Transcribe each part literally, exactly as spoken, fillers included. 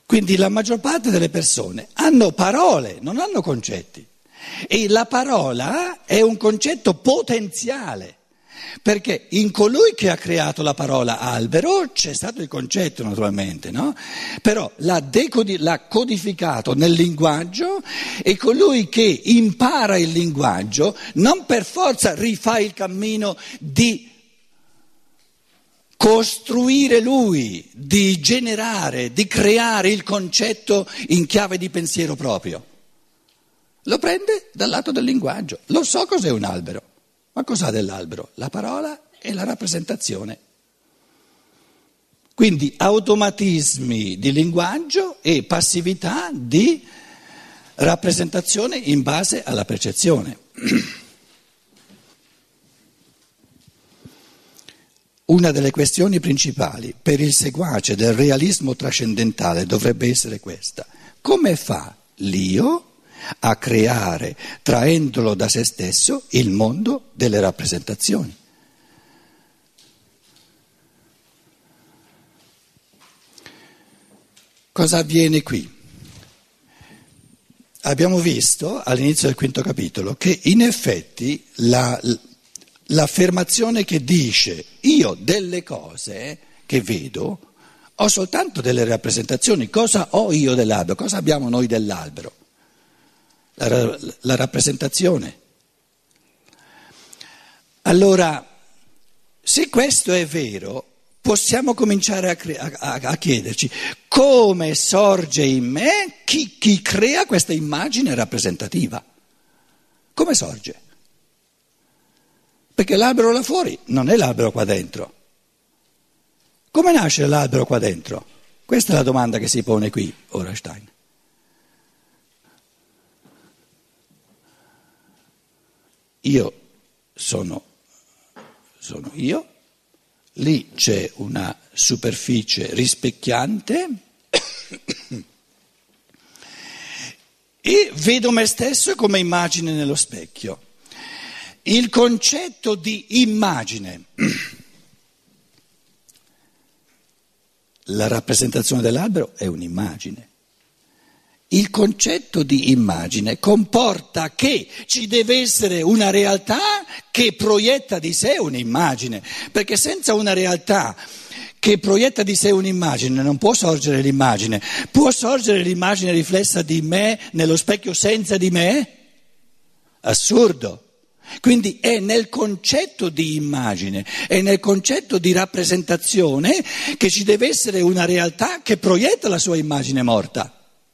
Quindi la maggior parte delle persone hanno parole, non hanno concetti. E la parola è un concetto potenziale, perché in colui che ha creato la parola albero c'è stato il concetto naturalmente, no? Però l'ha, decodi- l'ha codificato nel linguaggio e colui che impara il linguaggio non per forza rifà il cammino di costruire lui, di generare, di creare il concetto in chiave di pensiero proprio. Lo prende dal lato del linguaggio. Lo so cos'è un albero, ma cos'ha dell'albero? La parola e la rappresentazione. Quindi automatismi di linguaggio e passività di rappresentazione in base alla percezione. Una delle questioni principali per il seguace del realismo trascendentale dovrebbe essere questa: come fa l'io a creare, traendolo da se stesso, il mondo delle rappresentazioni? Cosa avviene qui? Abbiamo visto all'inizio del quinto capitolo che in effetti la, l'affermazione che dice io delle cose che vedo ho soltanto delle rappresentazioni. Cosa ho io dell'albero? Cosa abbiamo noi dell'albero? La, la rappresentazione. Allora, se questo è vero, possiamo cominciare a, cre- a, a chiederci come sorge in me chi, chi crea questa immagine rappresentativa. Come sorge? Perché l'albero là fuori non è l'albero qua dentro. Come nasce l'albero qua dentro? Questa è la domanda che si pone qui, ora Stein. Io sono, sono io, lì c'è una superficie rispecchiante e vedo me stesso come immagine nello specchio. Il concetto di immagine, la rappresentazione dell'albero è un'immagine. Il concetto di immagine comporta che ci deve essere una realtà che proietta di sé un'immagine, perché senza una realtà che proietta di sé un'immagine non può sorgere l'immagine. Può sorgere l'immagine riflessa di me nello specchio senza di me? Assurdo. Quindi è nel concetto di immagine, è nel concetto di rappresentazione che ci deve essere una realtà che proietta la sua immagine morta.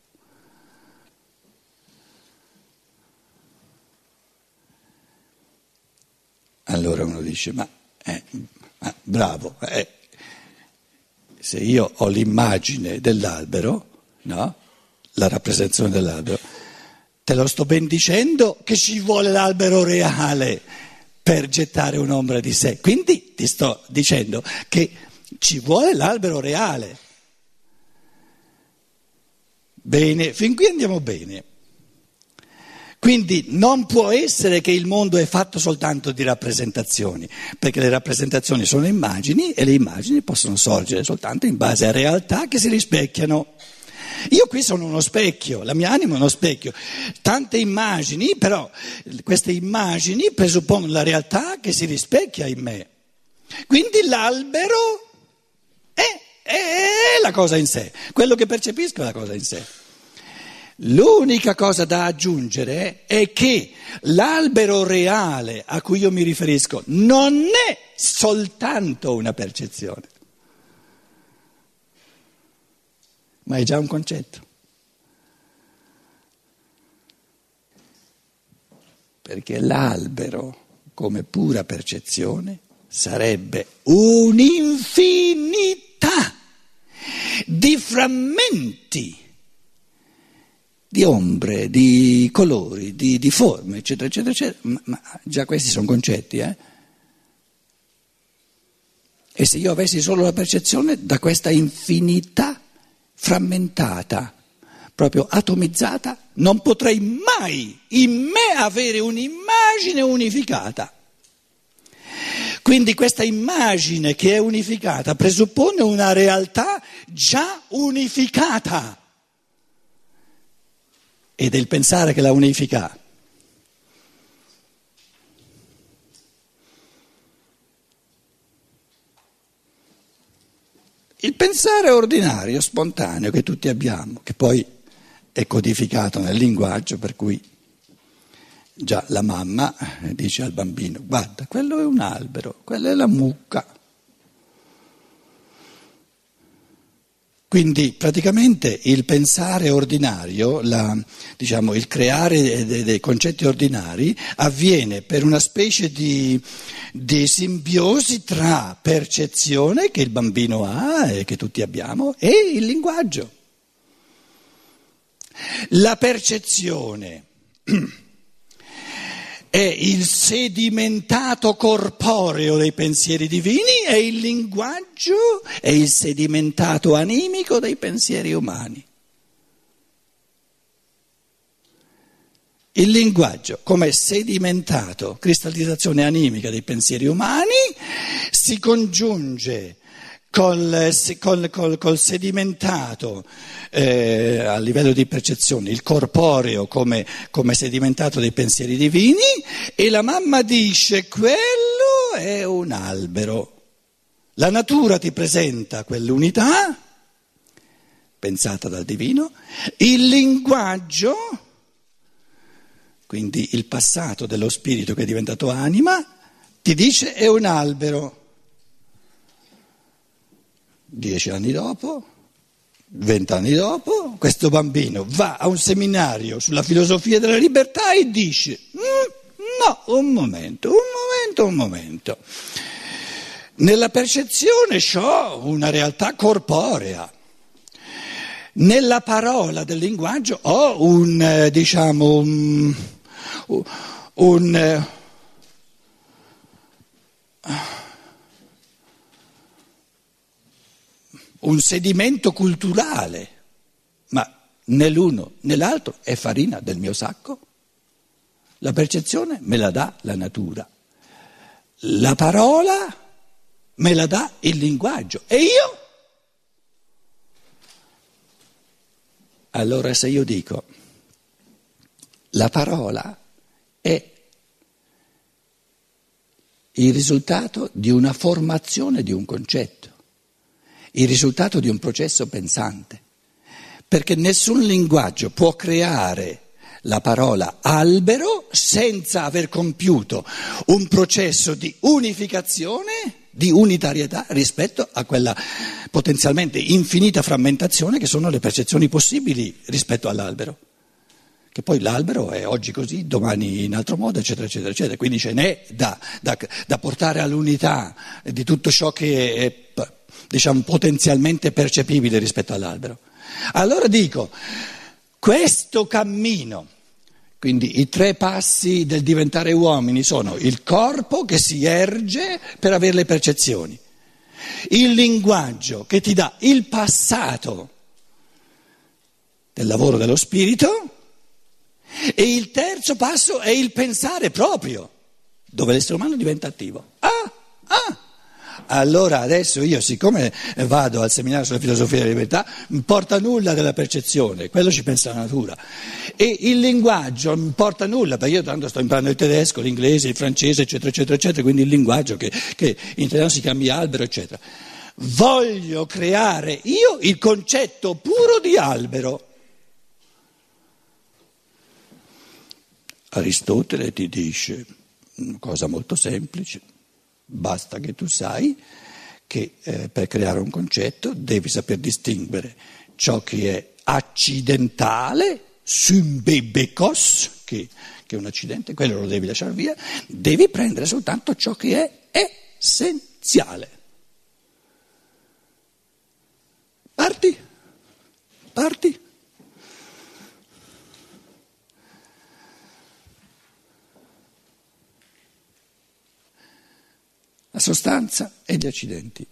Allora uno dice, ma, eh, ma bravo, eh, se io ho l'immagine dell'albero, no? La rappresentazione dell'albero, te lo sto ben dicendo che ci vuole l'albero reale per gettare un'ombra di sé. Quindi ti sto dicendo che ci vuole l'albero reale. Bene, fin qui andiamo bene. Quindi non può essere che il mondo è fatto soltanto di rappresentazioni, perché le rappresentazioni sono immagini e le immagini possono sorgere soltanto in base a realtà che si rispecchiano. Io qui sono uno specchio, la mia anima è uno specchio, tante immagini, però queste immagini presuppongono la realtà che si rispecchia in me. Quindi l'albero è, è la cosa in sé, quello che percepisco è la cosa in sé. L'unica cosa da aggiungere è che l'albero reale a cui io mi riferisco non è soltanto una percezione, ma è già un concetto. Perché l'albero, come pura percezione, sarebbe un'infinità di frammenti, di ombre, di colori, di, di forme, eccetera, eccetera, eccetera. Ma, ma già questi sono concetti, eh? E se io avessi solo la percezione, da questa infinità frammentata, proprio atomizzata, non potrei mai in me avere un'immagine unificata. Quindi questa immagine che è unificata presuppone una realtà già unificata. ed è il pensare che la unifica. Il pensare ordinario, spontaneo, che tutti abbiamo, che poi è codificato nel linguaggio, per cui già la mamma dice al bambino: guarda, quello è un albero, quella è la mucca. Quindi praticamente il pensare ordinario, la, diciamo, il creare dei, dei concetti ordinari avviene per una specie di, di simbiosi tra percezione che il bambino ha e che tutti abbiamo e il linguaggio. La percezione è il sedimentato corporeo dei pensieri divini e il linguaggio è il sedimentato animico dei pensieri umani. Il linguaggio, come sedimentato, cristallizzazione animica dei pensieri umani, si congiunge col, col, col, col sedimentato eh, a livello di percezione, il corporeo come, come sedimentato dei pensieri divini, e la mamma dice: quello è un albero. La natura ti presenta quell'unità pensata dal divino, il linguaggio, quindi il passato dello spirito che è diventato anima, ti dice è un albero. Dieci anni dopo, vent'anni dopo, questo bambino va a un seminario sulla filosofia della libertà e dice: no, un momento, un momento, un momento. Nella percezione c'ho una realtà corporea. Nella parola del linguaggio ho un, eh, diciamo, un, un eh, un sedimento culturale, ma né l'uno né l'altro è farina del mio sacco. La percezione me la dà la natura, la parola me la dà il linguaggio e io? Allora se io dico la parola è il risultato di una formazione di un concetto, il risultato di un processo pensante, perché nessun linguaggio può creare la parola albero senza aver compiuto un processo di unificazione, di unitarietà rispetto a quella potenzialmente infinita frammentazione che sono le percezioni possibili rispetto all'albero. Che poi l'albero è oggi così, domani in altro modo, eccetera, eccetera, eccetera. Quindi ce n'è da, da, da portare all'unità di tutto ciò che è, diciamo, potenzialmente percepibile rispetto all'albero. Allora dico, questo cammino, quindi i tre passi del diventare uomini sono il corpo che si erge per avere le percezioni, il linguaggio che ti dà il passato del lavoro dello spirito, e il terzo passo è il pensare proprio, dove l'essere umano diventa attivo. Ah, ah! Allora adesso io, siccome vado al seminario sulla filosofia della libertà, non importa nulla della percezione, quello ci pensa la natura. E il linguaggio non importa nulla, perché io tanto sto imparando il tedesco, l'inglese, il francese, eccetera, eccetera, eccetera, quindi il linguaggio che, che in italiano si chiama albero, eccetera. Voglio creare io il concetto puro di albero. Aristotele ti dice una cosa molto semplice: basta che tu sai che eh, per creare un concetto devi saper distinguere ciò che è accidentale, symbebekos, che, che è un accidente, quello lo devi lasciare via, devi prendere soltanto ciò che è essenziale. Parti, parti. La sostanza e gli accidenti.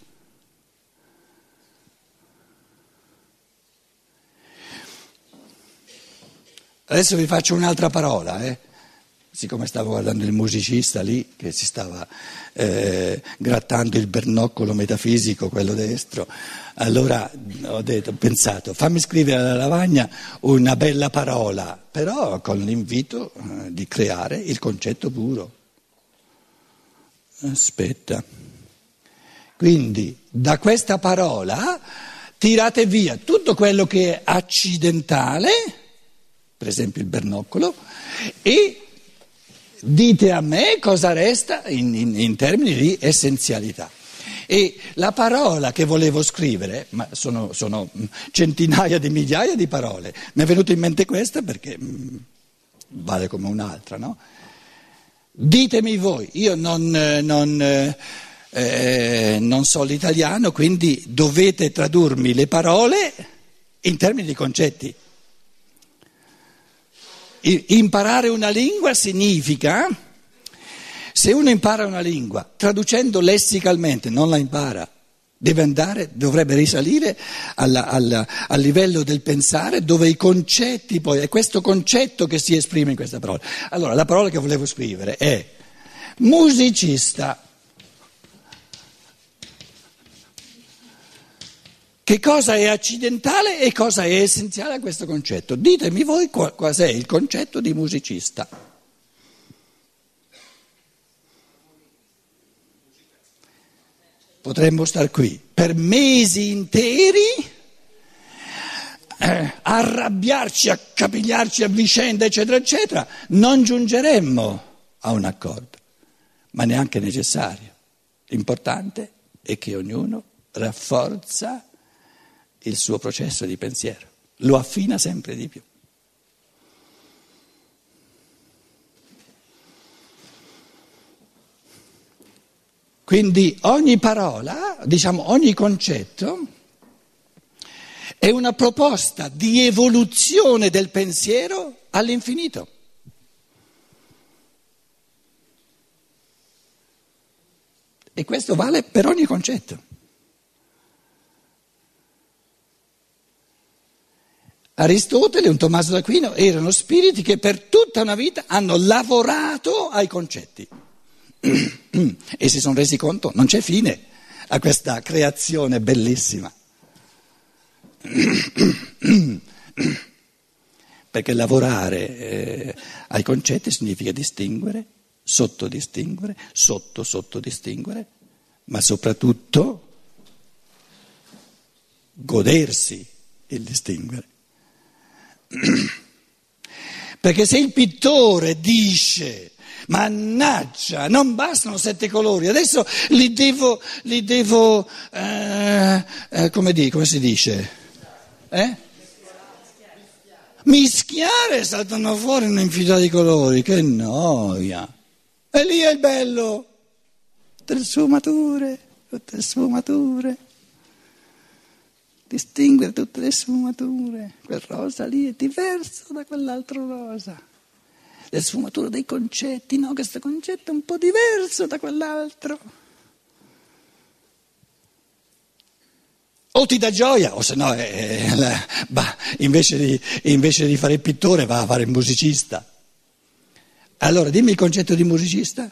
Adesso vi faccio un'altra parola, eh? siccome stavo guardando il musicista lì che si stava eh, grattando il bernoccolo metafisico, quello destro, allora ho detto, ho pensato, fammi scrivere alla lavagna una bella parola, però con l'invito eh, di creare il concetto puro. Aspetta. Quindi da questa parola tirate via tutto quello che è accidentale, per esempio il bernoccolo, e dite a me cosa resta in, in, in termini di essenzialità. E la parola che volevo scrivere, ma sono, sono centinaia di migliaia di parole, mi è venuta in mente questa perché mh, vale come un'altra, no? Ditemi voi, io non, non, eh, non so l'italiano, quindi dovete tradurmi le parole in termini di concetti. Imparare una lingua significa, se uno impara una lingua, traducendo lessicalmente non la impara, deve andare, dovrebbe risalire alla, alla, al livello del pensare dove i concetti poi, è questo concetto che si esprime in questa parola. Allora, la parola che volevo scrivere è musicista. Che cosa è accidentale e cosa è essenziale a questo concetto? Ditemi voi qual è il concetto di musicista. Potremmo star qui per mesi interi, eh, arrabbiarci, accapigliarci a vicenda, eccetera, eccetera. Non giungeremmo a un accordo, ma neanche necessario. L'importante è che ognuno rafforza il suo processo di pensiero, lo affina sempre di più. Quindi ogni parola, diciamo ogni concetto, è una proposta di evoluzione del pensiero all'infinito. E questo vale per ogni concetto. Aristotele e un Tommaso d'Aquino erano spiriti che per tutta una vita hanno lavorato ai concetti e si sono resi conto non c'è fine a questa creazione bellissima. Perché lavorare eh, ai concetti significa distinguere, sottodistinguere, sotto sottodistinguere, ma soprattutto godersi il distinguere. Perché se il pittore dice mannaggia, non bastano sette colori, adesso li devo, li devo eh, eh, come, di, come si dice? Eh? Mischiare, saltano fuori un'infinità di colori, che noia. E lì è il bello, tutte le sfumature, tutte le sfumature. Distinguere tutte le sfumature, quel rosa lì è diverso da quell'altro rosa, le sfumature dei concetti, no, questo concetto è un po' diverso da quell'altro, o ti dà gioia, o se no eh, la, bah, invece, di, invece di fare il pittore va a fare il musicista. Allora dimmi il concetto di musicista.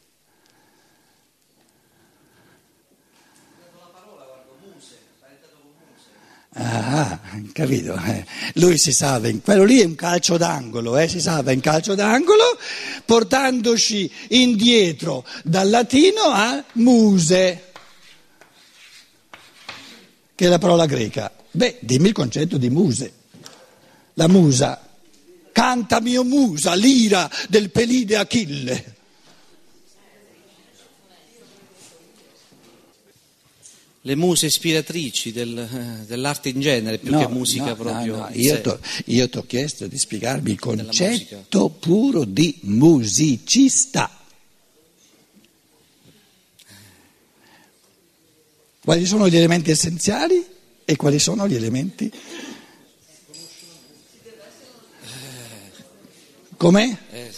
Ah, capito? Eh. Lui si salva, in, quello lì è un calcio d'angolo, eh, si salva in calcio d'angolo portandoci indietro dal latino a muse, che è la parola greca. Beh, dimmi il concetto di muse. La musa, canta mio musa, l'ira del pelide Achille. Le muse ispiratrici del, dell'arte in genere, più no, che musica no, proprio. No, no. Io ti ho chiesto di spiegarmi il concetto puro di musicista. Quali sono gli elementi essenziali e quali sono gli elementi? Com'è?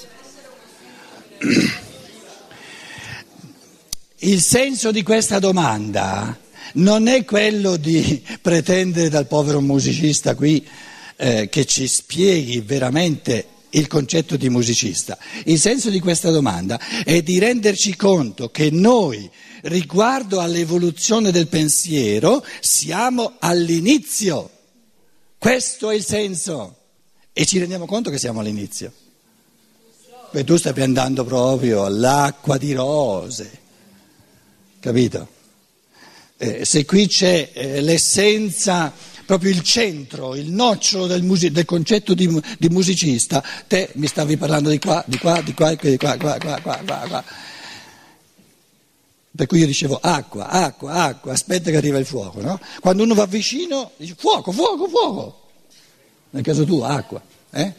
Il senso di questa domanda non è quello di pretendere dal povero musicista qui eh, che ci spieghi veramente il concetto di musicista. Il senso di questa domanda è di renderci conto che noi, riguardo all'evoluzione del pensiero, siamo all'inizio. Questo è il senso. E ci rendiamo conto che siamo all'inizio. Beh, tu stai andando proprio all'acqua di rose, capito? Eh, se qui c'è eh, l'essenza, proprio il centro, il nocciolo del, music- del concetto di, di musicista, te mi stavi parlando di qua, di qua, di qua, di qua, qua, qua, qua, qua, qua. Per cui io dicevo acqua, acqua, acqua, aspetta che arriva il fuoco, no? Quando uno va vicino dice fuoco, fuoco, fuoco. Nel caso tuo acqua, eh?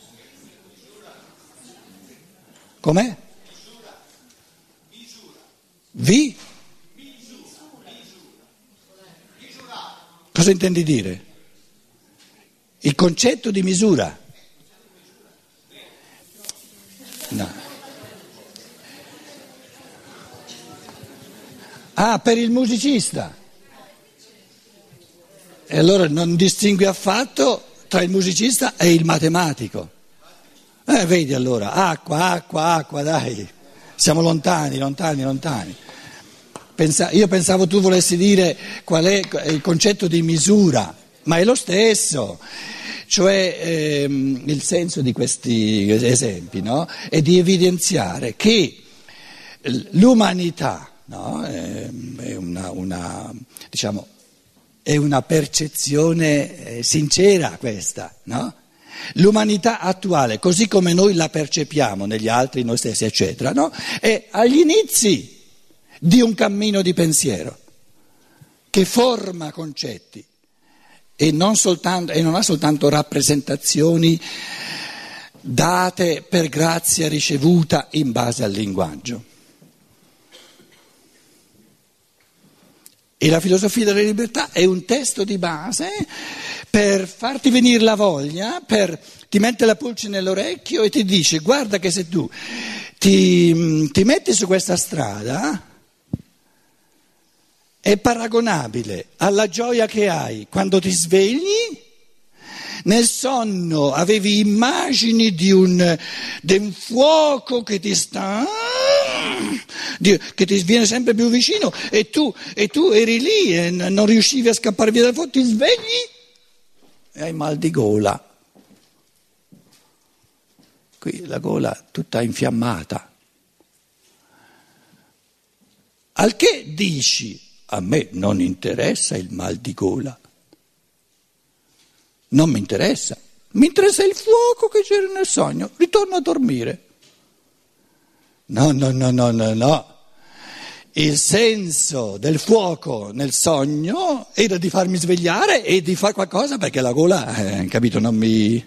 Com'è? Vi? Cosa intendi dire? Il concetto di misura? No. Ah, per il musicista. E allora non distingui affatto tra il musicista e il matematico. Eh, vedi allora, acqua, acqua, acqua, dai, siamo lontani, lontani, lontani. Pensa, io pensavo tu volessi dire qual è il concetto di misura, ma è lo stesso. Cioè ehm, il senso di questi esempi, no? È di evidenziare che l'umanità, no? è, è una, una, diciamo, è una percezione sincera questa, no? L'umanità attuale, così come noi la percepiamo negli altri, noi stessi, eccetera, no? È agli inizi di un cammino di pensiero che forma concetti e non, soltanto, e non ha soltanto rappresentazioni date per grazia ricevuta in base al linguaggio. E la filosofia della libertà è un testo di base per farti venire la voglia, per ti mette la pulce nell'orecchio e ti dice guarda che se tu ti, ti metti su questa strada è paragonabile alla gioia che hai quando ti svegli. Nel sonno avevi immagini di un, di un fuoco che ti sta, di, che ti viene sempre più vicino e tu, e tu eri lì e non riuscivi a scappare via dal fuoco, ti svegli e hai mal di gola. Qui la gola tutta infiammata. Al che dici, a me non interessa il mal di gola. Non mi interessa, mi interessa il fuoco che c'era nel sogno, ritorno a dormire. No, no, no, no, no, no. Il senso del fuoco nel sogno era di farmi svegliare e di fare qualcosa perché la gola, eh, capito, non mi...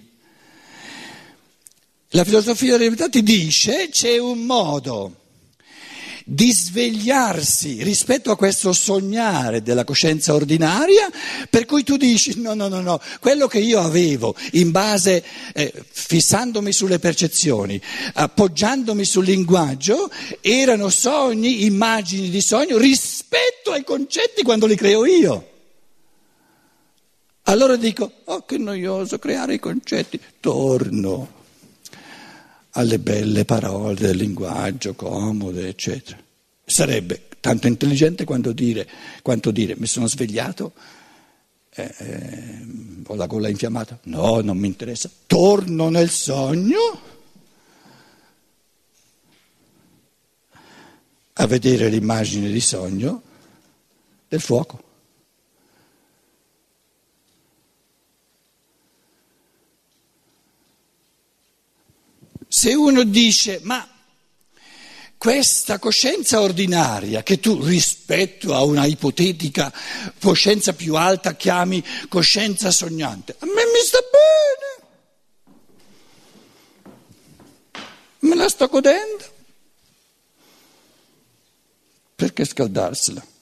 La filosofia della libertà ti dice c'è un modo di svegliarsi rispetto a questo sognare della coscienza ordinaria, per cui tu dici no, no, no, no, quello che io avevo in base, eh, fissandomi sulle percezioni, appoggiandomi sul linguaggio, erano sogni, immagini di sogno rispetto ai concetti quando li creo io. Allora dico, oh che noioso creare i concetti, torno alle belle parole del linguaggio, comode, eccetera. Sarebbe tanto intelligente quanto dire, quanto dire mi sono svegliato, eh, eh, ho la gola infiammata, no, non mi interessa, torno nel sogno a vedere l'immagine di sogno del fuoco. Se uno dice, ma questa coscienza ordinaria che tu rispetto a una ipotetica coscienza più alta chiami coscienza sognante, a me mi sta bene, me la sto godendo, perché scaldarsela?